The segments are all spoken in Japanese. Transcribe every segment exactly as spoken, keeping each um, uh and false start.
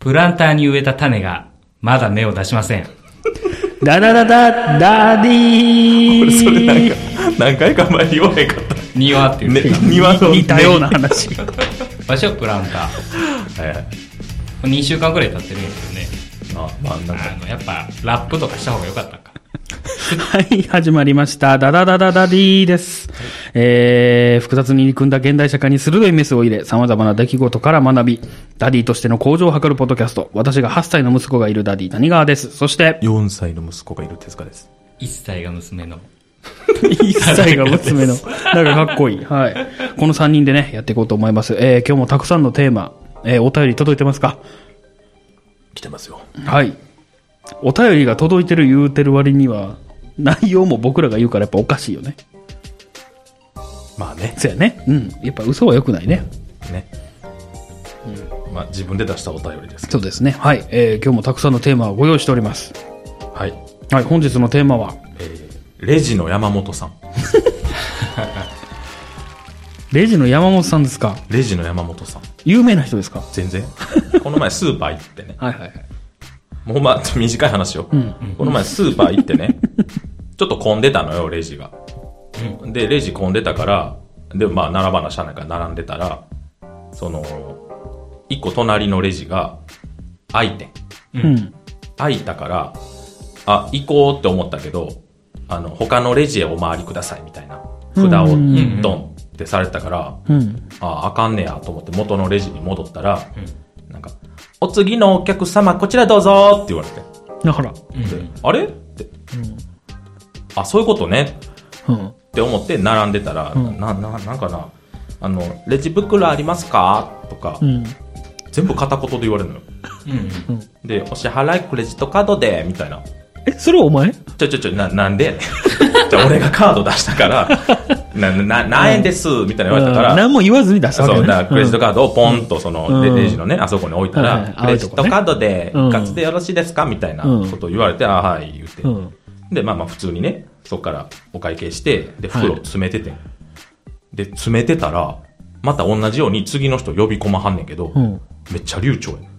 プランターに植えた種がまだ芽を出しません。 ダダダダダディー。 それなんか何回か前に言わへんかった。 庭って言ってた、 ね、庭の似たような話。 場所はプランター。はい、にしゅうかんくらい経ってるんですけどね。 あ、まあ、なんかあのやっぱラップとかした方が良かったんか。 はい、始まりました。ダダダダダディーです。はい、えー、複雑に入り組んだ現代社会に鋭いメスを入れ、様々な出来事から学び、ダディとしての向上を図るポッドキャスト。私がはっさいの息子がいるダディ谷川です。そして、 よんさいの息子がいる手塚です。 いっさいが娘の。 いっさいが娘の。なんかかっこいい。はい。このさんにんでね、やっていこうと思います。えー、今日もたくさんのテーマ、えー、お便り届いてますか？ 来てますよ。 はい。お便りが届いてる言うてる割には、内容も僕らが言うからやっぱおかしいよね。 まあね。 そうやね。うん。やっぱ嘘は良くないね。 ね。うん。まあ自分で出したお便りです。 そうですね。はい。えー、今日もたくさんのテーマをご用意しております。 はい。 はい。本日のテーマは、 えー、レジの山本さん。 レジの山本さんですか？ レジの山本さん。 有名な人ですか？ 全然。この前スーパー行ってね。 はいはいはい。 もうまあ短い話よ、うん、この前スーパー行ってねちょっと混んでたのよレジが、うん、でレジ混んでたからでまあ並ばなしゃあないから並んでたらその一個隣のレジが開いて、うん、開いたからあ行こうって思ったけどあの他のレジへお回りくださいみたいな札をドンってされてたから、うん、ああかんねやと思って元のレジに戻ったら、うん、なんかお次のお客様こちらどうぞって言われてだから、 であれって、うん、あそういうことね、うん、って思って並んでたら、うん、な, な, なんかなあのレジ袋ありますかとか、うん、全部片言で言われるのよ、うんうん、でお支払いクレジットカードでみたいなえそれはお前ちょちょちょ な, なんでじゃ俺がカード出したからなな何円です、うん、みたいな言われたから、 うん、何も言わずに出したわけね。 そうだからクレジットカードをポンとその、うん、レジのねあそこに置いたら、うん、クレジットカードで一括でよろしいですかみたいなことを言われて、うん、あはい言って、うん、でまあまあ普通にねそこからお会計してで袋詰めてて、はい、で詰めてたらまた同じように次の人呼び込まはんねんけど、うん、めっちゃ流暢やねん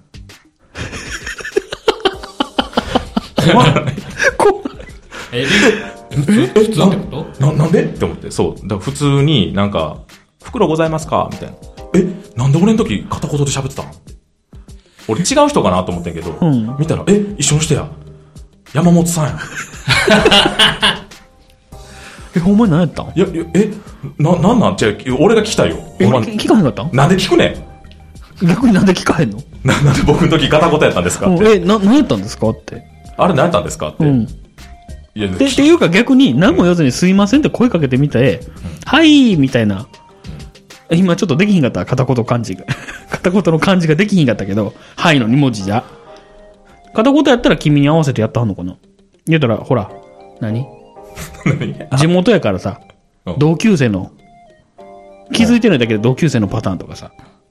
怖い怖いえ普通ってことな, な, なんでって思ってそうだから普通になんか袋ございますかみたいなえなんで俺の時片言で喋ってたのって俺違う人かなと思ってんけど、うん、見たらえ一緒の人や山本さんやえほんまに何やったんいやいやえななんなんじゃ俺が聞きたいよえ聞かへんかったんなんで聞くねん逆になんで聞かへんのな, なんで僕の時片言やったんですかって、 うん、えな何やったんですかってあれ何やったんですかって、うんいやでっていうか逆に何も言わずにすいませんって声かけてみて、うん、はいみたいな、うん、今ちょっとできひんかった片言漢字が片言の漢字ができひんかったけどはいのに文字じゃ片言やったら君に合わせてやったはんのかな言うたらほら何地元やからさ同級生の気づいてないだけで同級生のパターンとかさ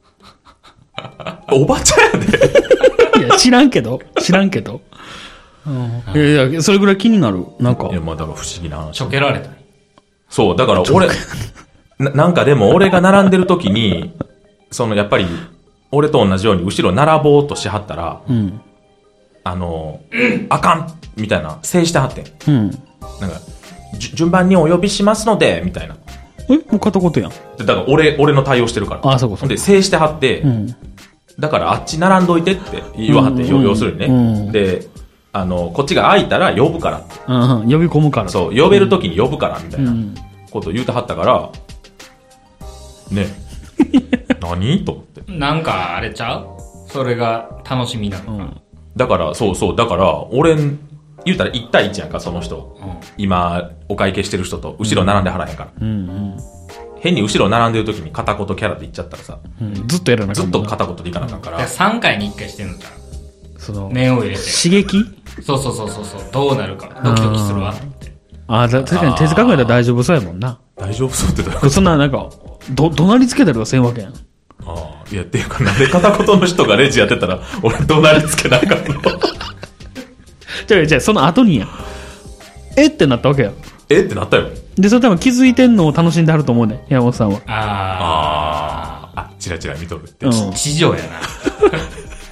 おばちゃんやでいや知らんけど知らんけどうん、いやいやそれぐらい気になるなんかいやまあだから不思議な話ちょけられたそうだから俺 な, なんかでも俺が並んでる時にそのやっぱり俺と同じように後ろ並ぼうとしはったら、うん、あの、うん、あかんみたいな制してはってん、うん、なんか順番にお呼びしますのでみたいなえもう片言やんだから俺俺の対応してるからあそうかそうで制してはって、うん、だからあっち並んどいてって言わはって、うん、要するにね、うん、であのこっちが空いたら呼ぶからって、 うん、呼び込むからそう呼べるときに呼ぶからみたいなことを言うてはったから、うん、ね何と思ってなんかあれちゃうそれが楽しみなのか、うん、 だからそうそうだから俺言うたらいち対いちやんかその人、うん、今お会計してる人と後ろ並んではらへんから、うんうん、変に後ろ並んでるときに片言キャラで言っちゃったらさ、 うん、ずっとやらなずっと片言でいかなあかんから、うん、 さんかいにいっかいしてんのじゃんその念を入れて刺激そうそうそうそうそうどうなるかドキドキするわってああ確かに手塚くらいだら大丈夫そうやもんな大丈夫そうってどういうことそんななんかど怒鳴りつけたりとかせんわけやんああいやっていうかなんで片言の人がレジやってたら俺怒鳴りつけなあかんのじゃあじゃあその後にやえってなったわけやえってなったよでそれ多分気づいてんのを楽しんではると思うね山本さんはあああチラチラ見とるって、 うん、地上やな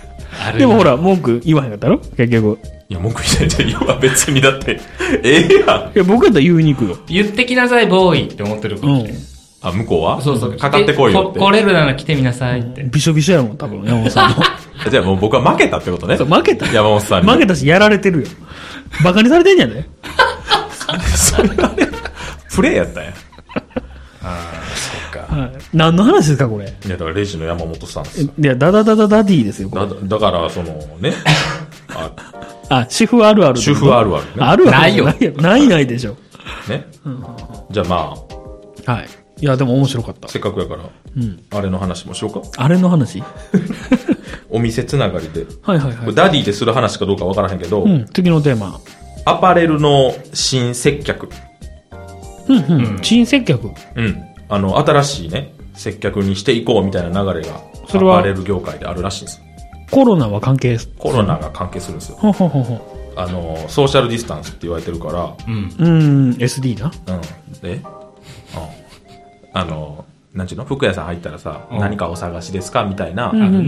でもほら、文句言わへんかったろ結局。 いや、文句言ってない。別にだって、ええやん。 いや、僕やったら言いに行くよ。 言ってきなさい、ボーイって思ってるかもしれない。 あ、向こうはそうそう。 かかってこいよって。 来れるなら来てみなさいって。 びしょびしょやもん、多分、山本さんも。 じゃあもう僕は負けたってことね。 そう、負けた。 山本さんに。 負けたし、やられてるよ。バカにされてんやで。 それはね、プレイやったんや。ああ、そっか。 はい。何の話ですか、これ。いや、だからレジの山本さんですよ。 いや、ダダダダダディですよ、これ。 だ、だから、そのね。 あ、あ、主婦あるある。 主婦あるある、ね。 あるある。 ないよ。 ないないでしょ。 ね。うん、じゃあまあ。はい。いや、でも面白かった。 せっかくやから、うん、あれの話もしようか。 あれの話お店つながりで。 はいはいはい。 ダディでする話かどうかわからへんけど、 うん、次のテーマ。 アパレルの新接客。 うんうん。新接客。 うん。あの、新しいね、接客にしていこうみたいな流れが、アパレル業界であるらしいんです。 コロナは関係コロナが関係するんですよ。 ほほほほ。 あの、ソーシャルディスタンスって言われてるから、 うん。うん、エスディー な。 うん。で、うん。あの、なんちゅうの服屋さん入ったらさ、うん、何かお探しですかみたいな、 うんうんうん、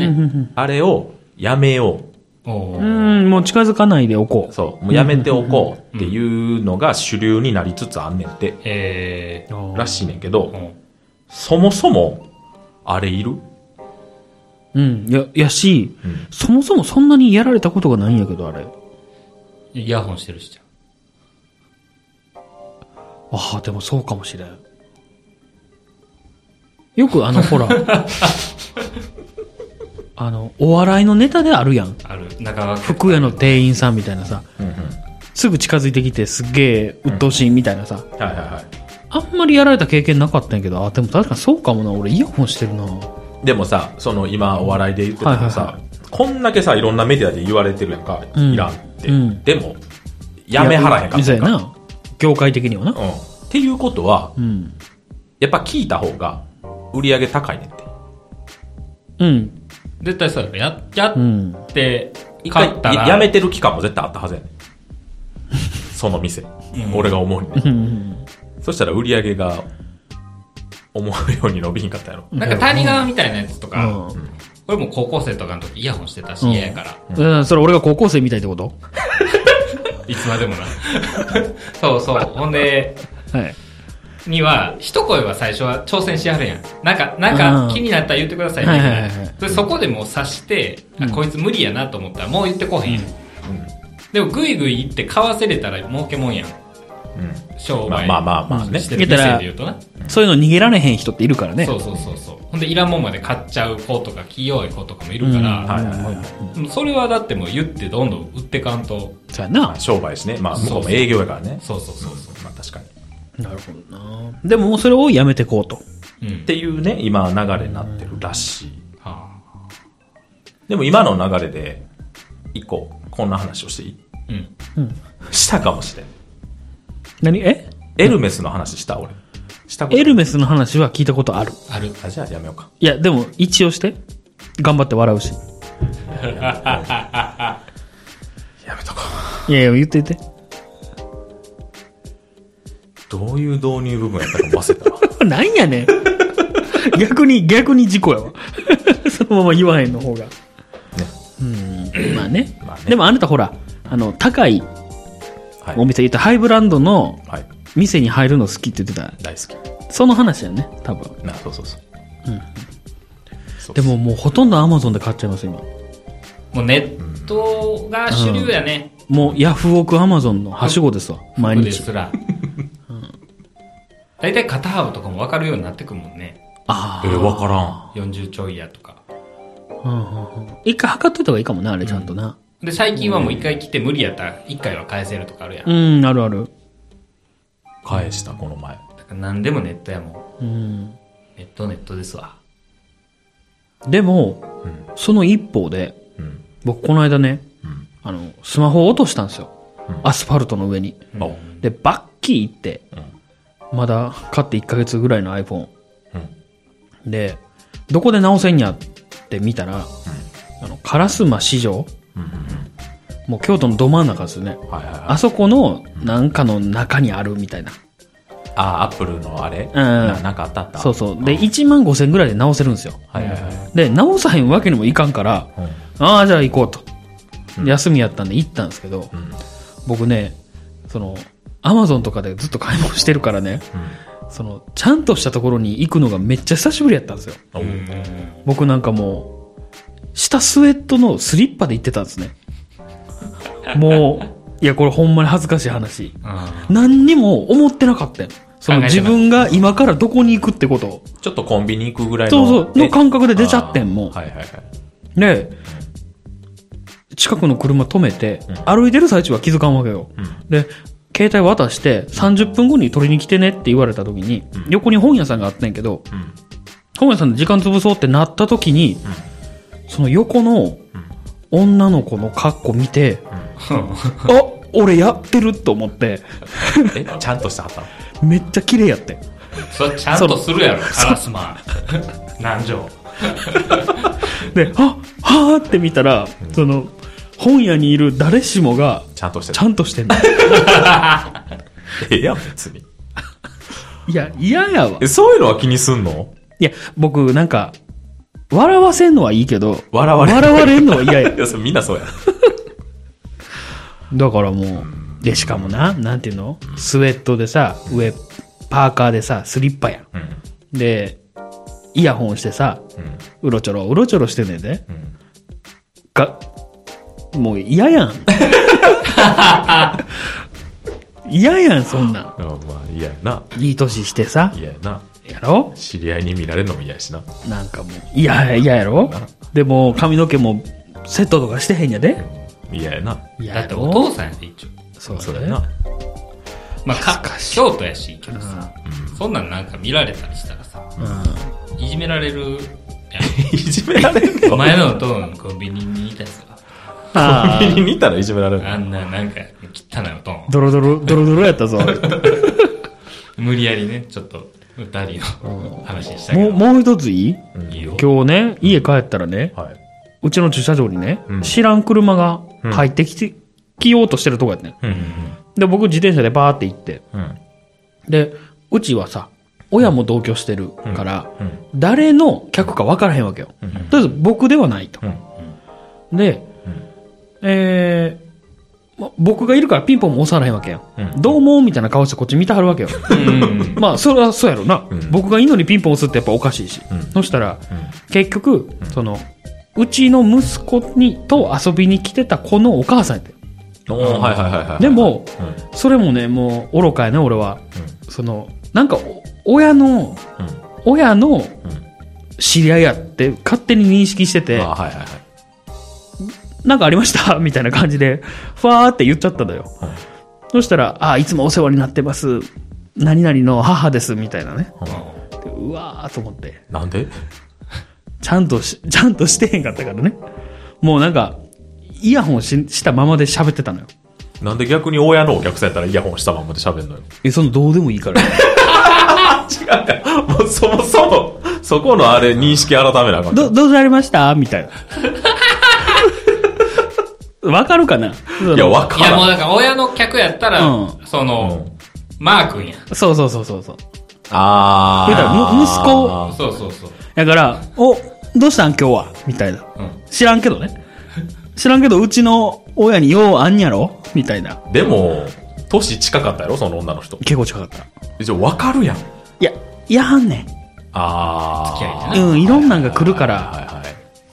あれをやめよう。 うん、もう近づかないでおこう。 そう、もうやめておこうっていうのが主流になりつつあんねんって、えー、らしいねんけど、うん、そもそも、あれいる？ うん、や、やし、うん、そもそもそんなにやられたことがないんやけど、あれ。 イヤホンしてるしじゃん。ああ、でもそうかもしれん。よくあの、ほら、あの、お笑いのネタであるやん。 ある。中川服屋の店員さんみたいなさ、うんうん、すぐ近づいてきてすっげえ鬱陶しいみたいなさ、うん、はいはいはい。あんまりやられた経験なかったんやけど、あ、でも確かにそうかもな、俺イヤホンしてるな。 でもさ、その今お笑いで言ってたけどさ、はいはいはい、こんだけさ、いろんなメディアで言われてるやんか、うん、いらんって。うん、でも、やめはらへんかったんか。 な。業界的にはな。うん。 っていうことは、うん、やっぱ聞いた方が、売り上げ高いねんって。 うん。 絶対そうや。や、やって、 一回や、やめてる期間も絶対あったはずやねん。その店。うん、俺が思うにね。うん、そしたら売り上げが、思うように伸びひんかったやろ。 なんか谷川みたいなやつとか、うん、俺も高校生とかの時イヤホンしてたし、嫌、うん、やから、 うん。それ俺が高校生みたいってこといつまでもな。そうそう。ほんで、はい。には、一声は最初は挑戦しはるやん。なんか、なんか気になったら言ってくださいみたいな。はいはいはい、でそこでもう察して、うん、こいつ無理やなと思ったらもう言ってこへんやん。うん、でもグイグイ言って買わせれたら儲けもんやん。うん、商売。 まあまあまあね。 してる店で言うとな。そういうの逃げられへん人っているからね。 そうそうそうそう。ほんでいらんもんまで買っちゃう子とか気弱い子とかもいるから、うんはいはいはい、それはだってもう言ってどんどん売ってかんと。 そうやな。 まあ、商売しね。まあ向こうも営業やからね。 そうそうそうそう。 まあ確かに。 なるほどな。でももうそれをやめてこうと、 うん、っていうね今流れになってるらしい、はあ、でも今の流れで一個こんな話をしていい、うん、したかもしれん。 何えエルメスの話した俺したことエルメスの話は聞いたことあるあるあじゃあやめようか。 いやでも一応して頑張って笑うしやめとこう。いやいや言って言って。 どういう導入部分やったか忘れたわ。 なんやねん。逆に、逆に事故やわ。そのまま言わへんの方が。ね。うん。まあね。まあねでもあなたほら、あの、高いお店、言ったハイブランドの店に入るの好きって言ってた。 大好き。その話やね、多分。 な、そうそうそう。うん。 そうそうでももうほとんどアマゾンで買っちゃいます今。もうネットが主流やね。 うん、もうヤフオクアマゾンのはしごですわ。毎日。ですら。 だいたい肩幅とかも分かるようになってくるもんね。 ああ。えー、分からん。よんじゅうちょいやとか。 うんうんうん。一回測っといた方がいいかもな、あれちゃんとな。 うん、で、最近はもう一回来て無理やったら一回は返せるとかあるやん。 うん、あるある。 返した、この前。 だから何でもネットやもん。うん。ネットネットですわ。 でも、うん、その一方で、うん、僕この間ね、うん、あの、スマホを落としたんですよ。うん、アスファルトの上に。うん、で、バッキー行って、うんまだ買っていっかげつぐらいの iPhone、うん、でどこで直せんやって見たら、うん、あの烏丸市場、うんうんうん、もう京都のど真ん中ですよね、はいはいはい、あそこのなんかの中にあるみたいな、 うん、あアップルのあれ、うん、な, なんかあったあったそうそうでいちまんごせんぐらいで直せるんですよ、はいはいはい、で直さへんわけにもいかんから、うん、 ああ、じゃあ行こうと。 うん、 休みやったんで行ったんですけど、うん、僕ね、その、アマゾンとかでずっと買い物してるからね、うん、その、ちゃんとしたところに行くのがめっちゃ久しぶりやったんですよ。うん、僕なんかもう、下スウェットのスリッパで行ってたんですね。もう、いや、これほんまに恥ずかしい話。何にも思ってなかったよ。その自分が今からどこに行くってことを。 ちょっとコンビニ行くぐらいの。 そうそう、の感覚で出ちゃってん、もう。はいはいはい。で、近くの車止めて、うん、歩いてる最中は気づかんわけよ。うん、で、携帯渡してさんじゅっぷんごに取りに来てねって言われた時に、うん、横に本屋さんがあったんやけど、うん、本屋さんで時間潰そうってなった時に、うん、その横の女の子の格好見て、うん、あ、俺やってると思って。 え、ちゃんとしてはったの？めっちゃ綺麗やって。 それちゃんとするやろ、カラスマン。南條。 で、はっ、はーって見たら、うん、その、本屋にいる誰しもが、 ちゃんとしてる。 ちゃんとしてんの。 ええやん、別に。 いや、嫌やわ。 え、そういうのは気にすんの？ いや、僕、なんか、笑わせんのはいいけど、 笑われ笑われんのは嫌や。 いや、それみんなそうや。 だからもう、で、しかもな、なんていうの？スウェットでさ、上、パーカーでさ、スリッパやん。うん、で、イヤホンしてさ、うん、うろちょろ、うろちょろしてんねんで。うん、が、もう嫌やん。嫌やん、そんなん。 あ、まあ嫌やな。 いい年してさ。 嫌やな。 やろ？ 知り合いに見られるのも嫌やしな。 なんかもう、嫌や、嫌やろ？でも、髪の毛もセットとかしてへんやで。 嫌やな。 だってお父さんやで、一応。 そうそれやな。 まあ、か、京都やし、けどさ、うん、そんなんなんか見られたりしたらさ、うん、いじめられるやん。 いじめられるの？ お前のお父のコンビニにいたやつが。 コンビニにいたらいじめられるの？ あんな、なんか、汚いおとん。 ドロドロ、ドロドロやったぞ。 無理やりね、ちょっと、二人の話したけど。 もう、もう一ついい？ いいよ。 今日ね、家帰ったらね、はい、うちの駐車場にね、うん、知らん車が入ってきて、うん、来ようとしてるとこやったね、うんうんうん。で、僕自転車でバーって行って、うん、で、うちはさ、親も同居してるから、うんうん、誰の客か分からへんわけよ。うんうん、とりあえず僕ではないと。うんうん、で、うん、えーま、僕がいるからピンポンも押さらへんわけよ。うん、どうもみたいな顔してこっち見てはるわけよ。うんうん、まあ、それはそうやろな、うん。僕がいいのにピンポン押すってやっぱおかしいし。うん、そしたら、うん、結局、うん、その、うちの息子に、と遊びに来てた子のお母さんやって。 おー、はいはいはいはい。 でも、うん、それもね、もう愚かやね、俺は。うん、その、なんか、親の、うん、親の知り合いやって勝手に認識してて、あ、はいはいはい、なんかありましたみたいな感じで、ファーって言っちゃったんだよ。はい、そしたら、あ、いつもお世話になってます。何々の母です、みたいなね。うん、うわーと思って。 なんで？ ちゃんとし、ちゃんとしてへんかったからね。もうなんか、イヤホン し, したままで喋ってたのよ。 なんで逆に親のお客さんやったらイヤホンしたままで喋んのよ。 え、そのどうでもいいから。 違うか。もうそもそも、そこのあれ認識改めなあかん。 ど、どうされましたみたいな。わかるかな？ いや、わかる。 いや、もうなんか親の客やったら、うん、その、うん、マー君や。 そうそうそうそうそう。 あー。 言うたら、息子。そうそうそう。 だから、お、どうしたん今日はみたいな、うん。知らんけどね。知らんけど、うちの親にようあんやろみたいな。 でも、年近かったやろその女の人。 結構近かった。 じゃあ分かるやん。いや、いやはんねん。 あー。付き合いでね。うん、いろんなんが来るから。はいはいはい。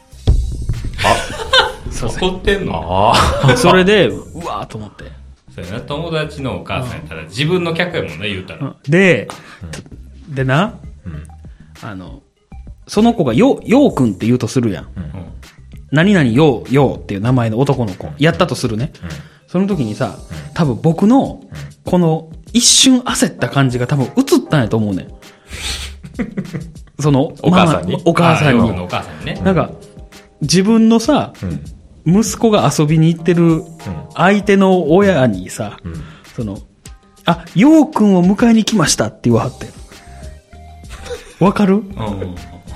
あ、そう怒ってんの？ あー。それで、うわーと思って。 そうやな、友達のお母さんやったら自分の客やもんね、言うたら。 で、うん、でな、うん、あの、その子がよ、ようくんって言うとするやん。うん、何々よう、ようっていう名前の男の子、やったとするね。うん、その時にさ、多分僕の、この一瞬焦った感じが多分映ったんやと思うねん。その、 お母さんに、 まあ、お母さんに。 お母さんにね。 なんか、自分のさ、うん、息子が遊びに行ってる相手の親にさ、うん、その、あ、ようくんを迎えに来ましたって言わはって。わかる？うん。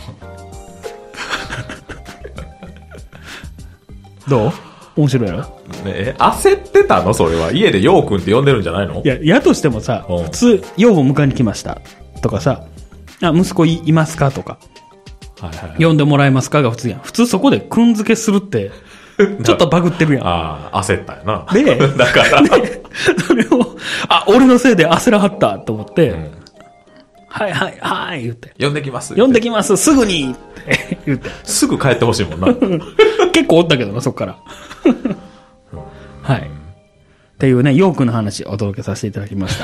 どう？面白いやろ？ ねえ、焦ってたのそれは。家でようくんって呼んでるんじゃないの？ いや、やとしてもさ、普通、ようを迎えに来ました。とかさ、あ、息子 い, いますかとか。 はいはいはい、 読んでもらえますかが普通やん。普通そこでくんづけするって、ちょっとバグってるやん。 ああ、焦ったよな。 で、 だから。 で、それを、あ、俺のせいで焦らはったと思って、うん、はいはいはい言って。 読んできます。 読んできます、すぐにって言って。 すぐ帰ってほしいもんな。 結構おったけどな、そっから。はい。っていうね、ヨークの話お届けさせていただきました。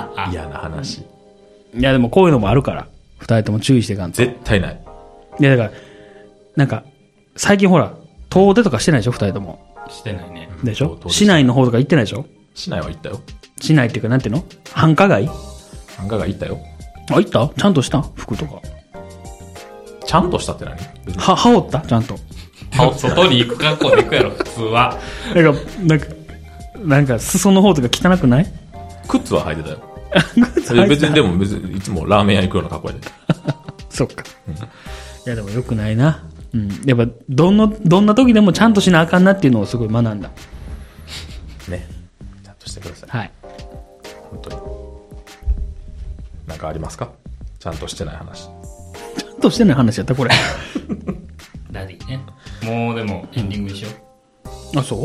嫌な話。 いやでもこういうのもあるから、二人とも注意していかんと。 絶対ない。 いやだから、なんか、最近ほら、遠出とかしてないでしょ、二人とも。 してないね。 でしょ、市内の方とか行ってないでしょ。 市内は行ったよ。 市内っていうか、なんていうの、繁華街繁華街行ったよ。 あ、行った？ちゃんとした服とか。 ちゃんとしたって何？ は、羽織ったちゃんと。 羽織って外に行く格好で行くやろ、普通は。 なんか、なんか、なんか、裾の方とか汚くない？ 靴は履いてたよ。靴履いてた。別にでも別にいつもラーメン屋行くような格好やで。 そっか。うん、いやでも良くないな。うん。やっぱ、どんな、どんな時でもちゃんとしなあかんなっていうのをすごい学んだ。ね。 ちゃんとしてください。 はい。 本当に。なんかありますか？ちゃんとしてない話。ちゃんとしてない話やったこれ。 ダディね。もうでもエンディングにしよう。あ、そう？うん。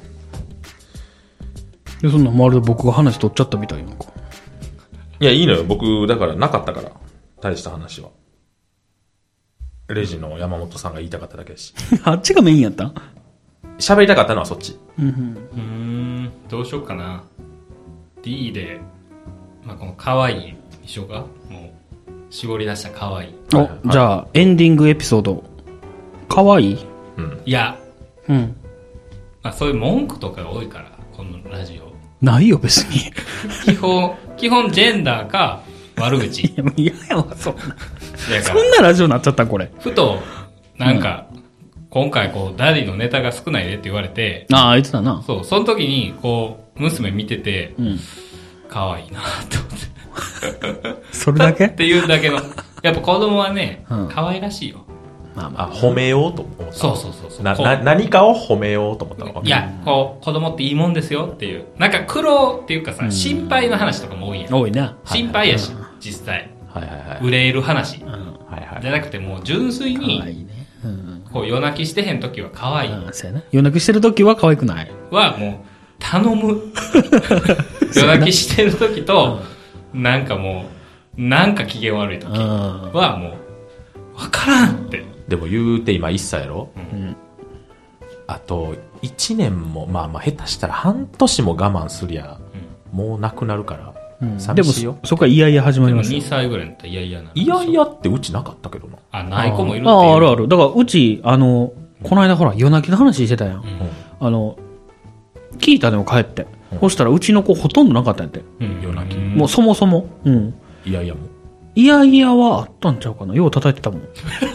で、そんなまるで僕が話取っちゃったみたいなんか。 いや、いいのよ。僕、だからなかったから。大した話は。レジの山本さんが言いたかっただけだし。 あっちがメインやった？ 喋りたかったのはそっち。 うん、うん。 うーん、どうしようかな。D で、まあ、この可愛いにしようか。もう、絞り出した可愛い。 お、はいはい、じゃあ、エンディングエピソード。可愛い？ うん。いや。 うん。 まあ、そういう文句とかが多いから、このラジオ。 ないよ、別に。 基本、基本ジェンダーか悪口。 いや、嫌やわ、そんな。そんなラジオになっちゃったこれ。 ふと、なんか、うん、今回こう、ダディのネタが少ないでって言われて。 ああ、あいつだな。 そう、その時に、こう、娘見てて、 うん。 可愛いなって思って。 それだけっていうだけの。やっぱ子供はね、うん、可愛らしいよ。 まあまあ、褒めようと思った。 そうそうそうそう。 な、な、何かを褒めようと思ったの。 いや、こう、子供っていいもんですよっていう。なんか苦労っていうかさ、心配の話とかも多いやん。 多いな。 心配やし、実際。 はいはいはい。 売れる話。 うん。 はいはい。じゃなくてもう純粋に、 可愛いね。うん。 こう夜泣きしてへん時は可愛い。 ああ、そうやな。夜泣きしてる時は可愛くない。 はもう、頼む。夜泣きしてる時と、なんかもう、なんか機嫌悪い時はもう、わからんって。 でも言うて今いっさいやろ、 うん、 あといちねんもまあまあ下手したら半年も我慢すりゃ、うん、もうなくなるから、 うん、寂しいよ。でもそこはいやいや始まりますよ。 にさいぐらいだったらいやいやなんいやいやってうちなかったけどな。 あ、ない子もいるっていう。 ああ、あるある。だからうち、あの、この間ほら夜泣きの話してたやん。うん、あの、聞いたでも帰って。うん、そしたらうちの子ほとんどなかったんやって。 うん、夜泣き。 もうそもそも。うん。 いやいやも。 いやいやはあったんちゃうかな。よう叩いてたもん。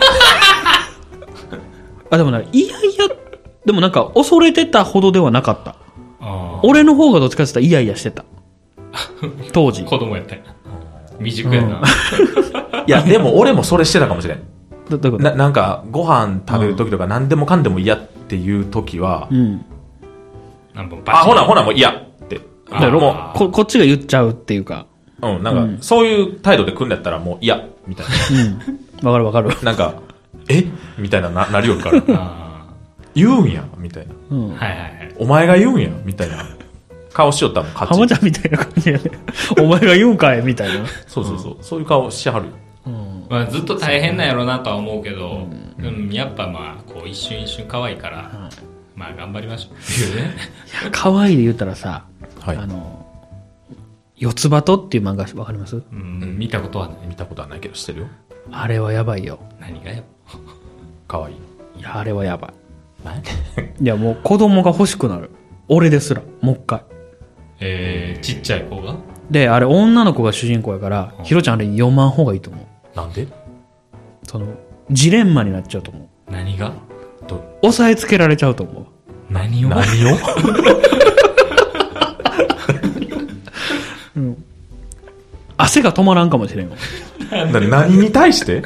あ、でもね、いやいや、でもなんか恐れてたほどではなかった。 あ、 俺の方がどっちかって言ったらいやいやしてた。当時。 子供やったんやな。未熟やな。うん、いや、でも俺もそれしてたかもしれん。 だだななんか、ご飯食べる時とか何でもかんでも嫌っていう時は、 うん。 あ、ほなほなもう嫌って。 だろこ、こっちが言っちゃうっていうか。 うん、なんか、うん、そういう態度で来るんだったらもう嫌、みたいな。うん。わかるわかる。 なんか、えみたいなな、なりよるから。言うんやみたいな。 うん。 はいはいはい。 お前が言うんやみたいな。顔しよったもん、勝ち。 浜ちゃんみたいな感じやね。お前が言うんかいみたいな。 そうそうそう。うん、そういう顔しはる。 うん。まあずっと大変なんやろうなとは思うけど、うん、うん、やっぱまあ、こう一瞬一瞬可愛いから、うん、まあ頑張りましょうっていうね。 可愛いで言ったらさ、 はい。 あの、四つ葉とっていう漫画わかります？ うん、見たことはない。 見たことはないけど知ってるよ。 あれはやばいよ。 何がやかわいい。 いや、あれはやばい。いや、もう子供が欲しくなる。俺ですら、もう一回。 えー、ちっちゃい子が？ で、あれ女の子が主人公やから、ひろちゃんあれ読まん方がいいと思う。 なんで？ その、ジレンマになっちゃうと思う。 何が？ 押さえつけられちゃうと思う。 何を？ 何を？ うん、汗が止まらんかもしれんよ。 何に対して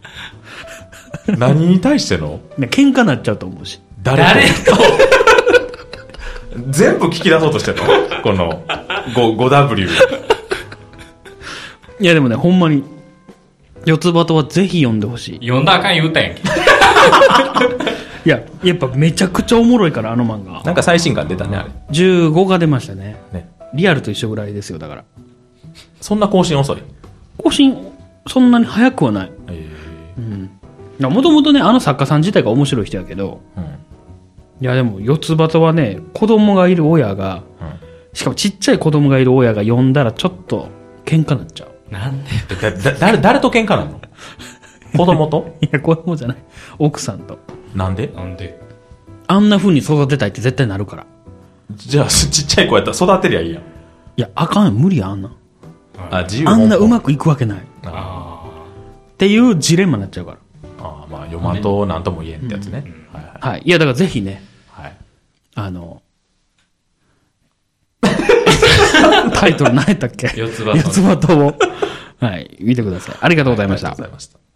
何に対してのね、喧嘩なっちゃうと思うし。 誰と全部聞き出そうとしてるのこの ごダブリュー。 いやでもね、ほんまに。 四つ葉とはぜひ読んでほしい。 読んだらあかん言うたやんけ。 いや、やっぱめちゃくちゃおもろいから、あの漫画。 なんか最新刊出たね、あれ。 じゅうごが出ましたね。 ね。 リアルと一緒ぐらいですよ、だから。 そんな更新遅い？ 更新、そんなに早くはない。 えうん。もともとね、あの作家さん自体が面白い人やけど、 ー、うん。 いやでも、四つ葉とはね、子供がいる親が、 うん。 しかもちっちゃい子供がいる親が読んだらちょっと喧嘩になっちゃう。 なんでだ、だ、誰、誰と喧嘩なの？子供と？ いや、子供じゃない。奥さんと。 なんで？ なんであんな風に育てたいって絶対なるから。 じゃあ、ちっちゃい子やったら育てりゃいいやん。 いや、あかんよ。無理や、あんな。 あ、自由あんなうまく。 くいくわけない。っあていうジレンマになっちゃうから。 ああ、まあ、読まんとなんとも言えんってやつね。はいはい。 はい。いや、だからぜひね、 はい。 あの、タイトル何やったっけ？ 四つ葉と四つ葉とを、はい、見てください。ありがとうございました。 ありがとうございました。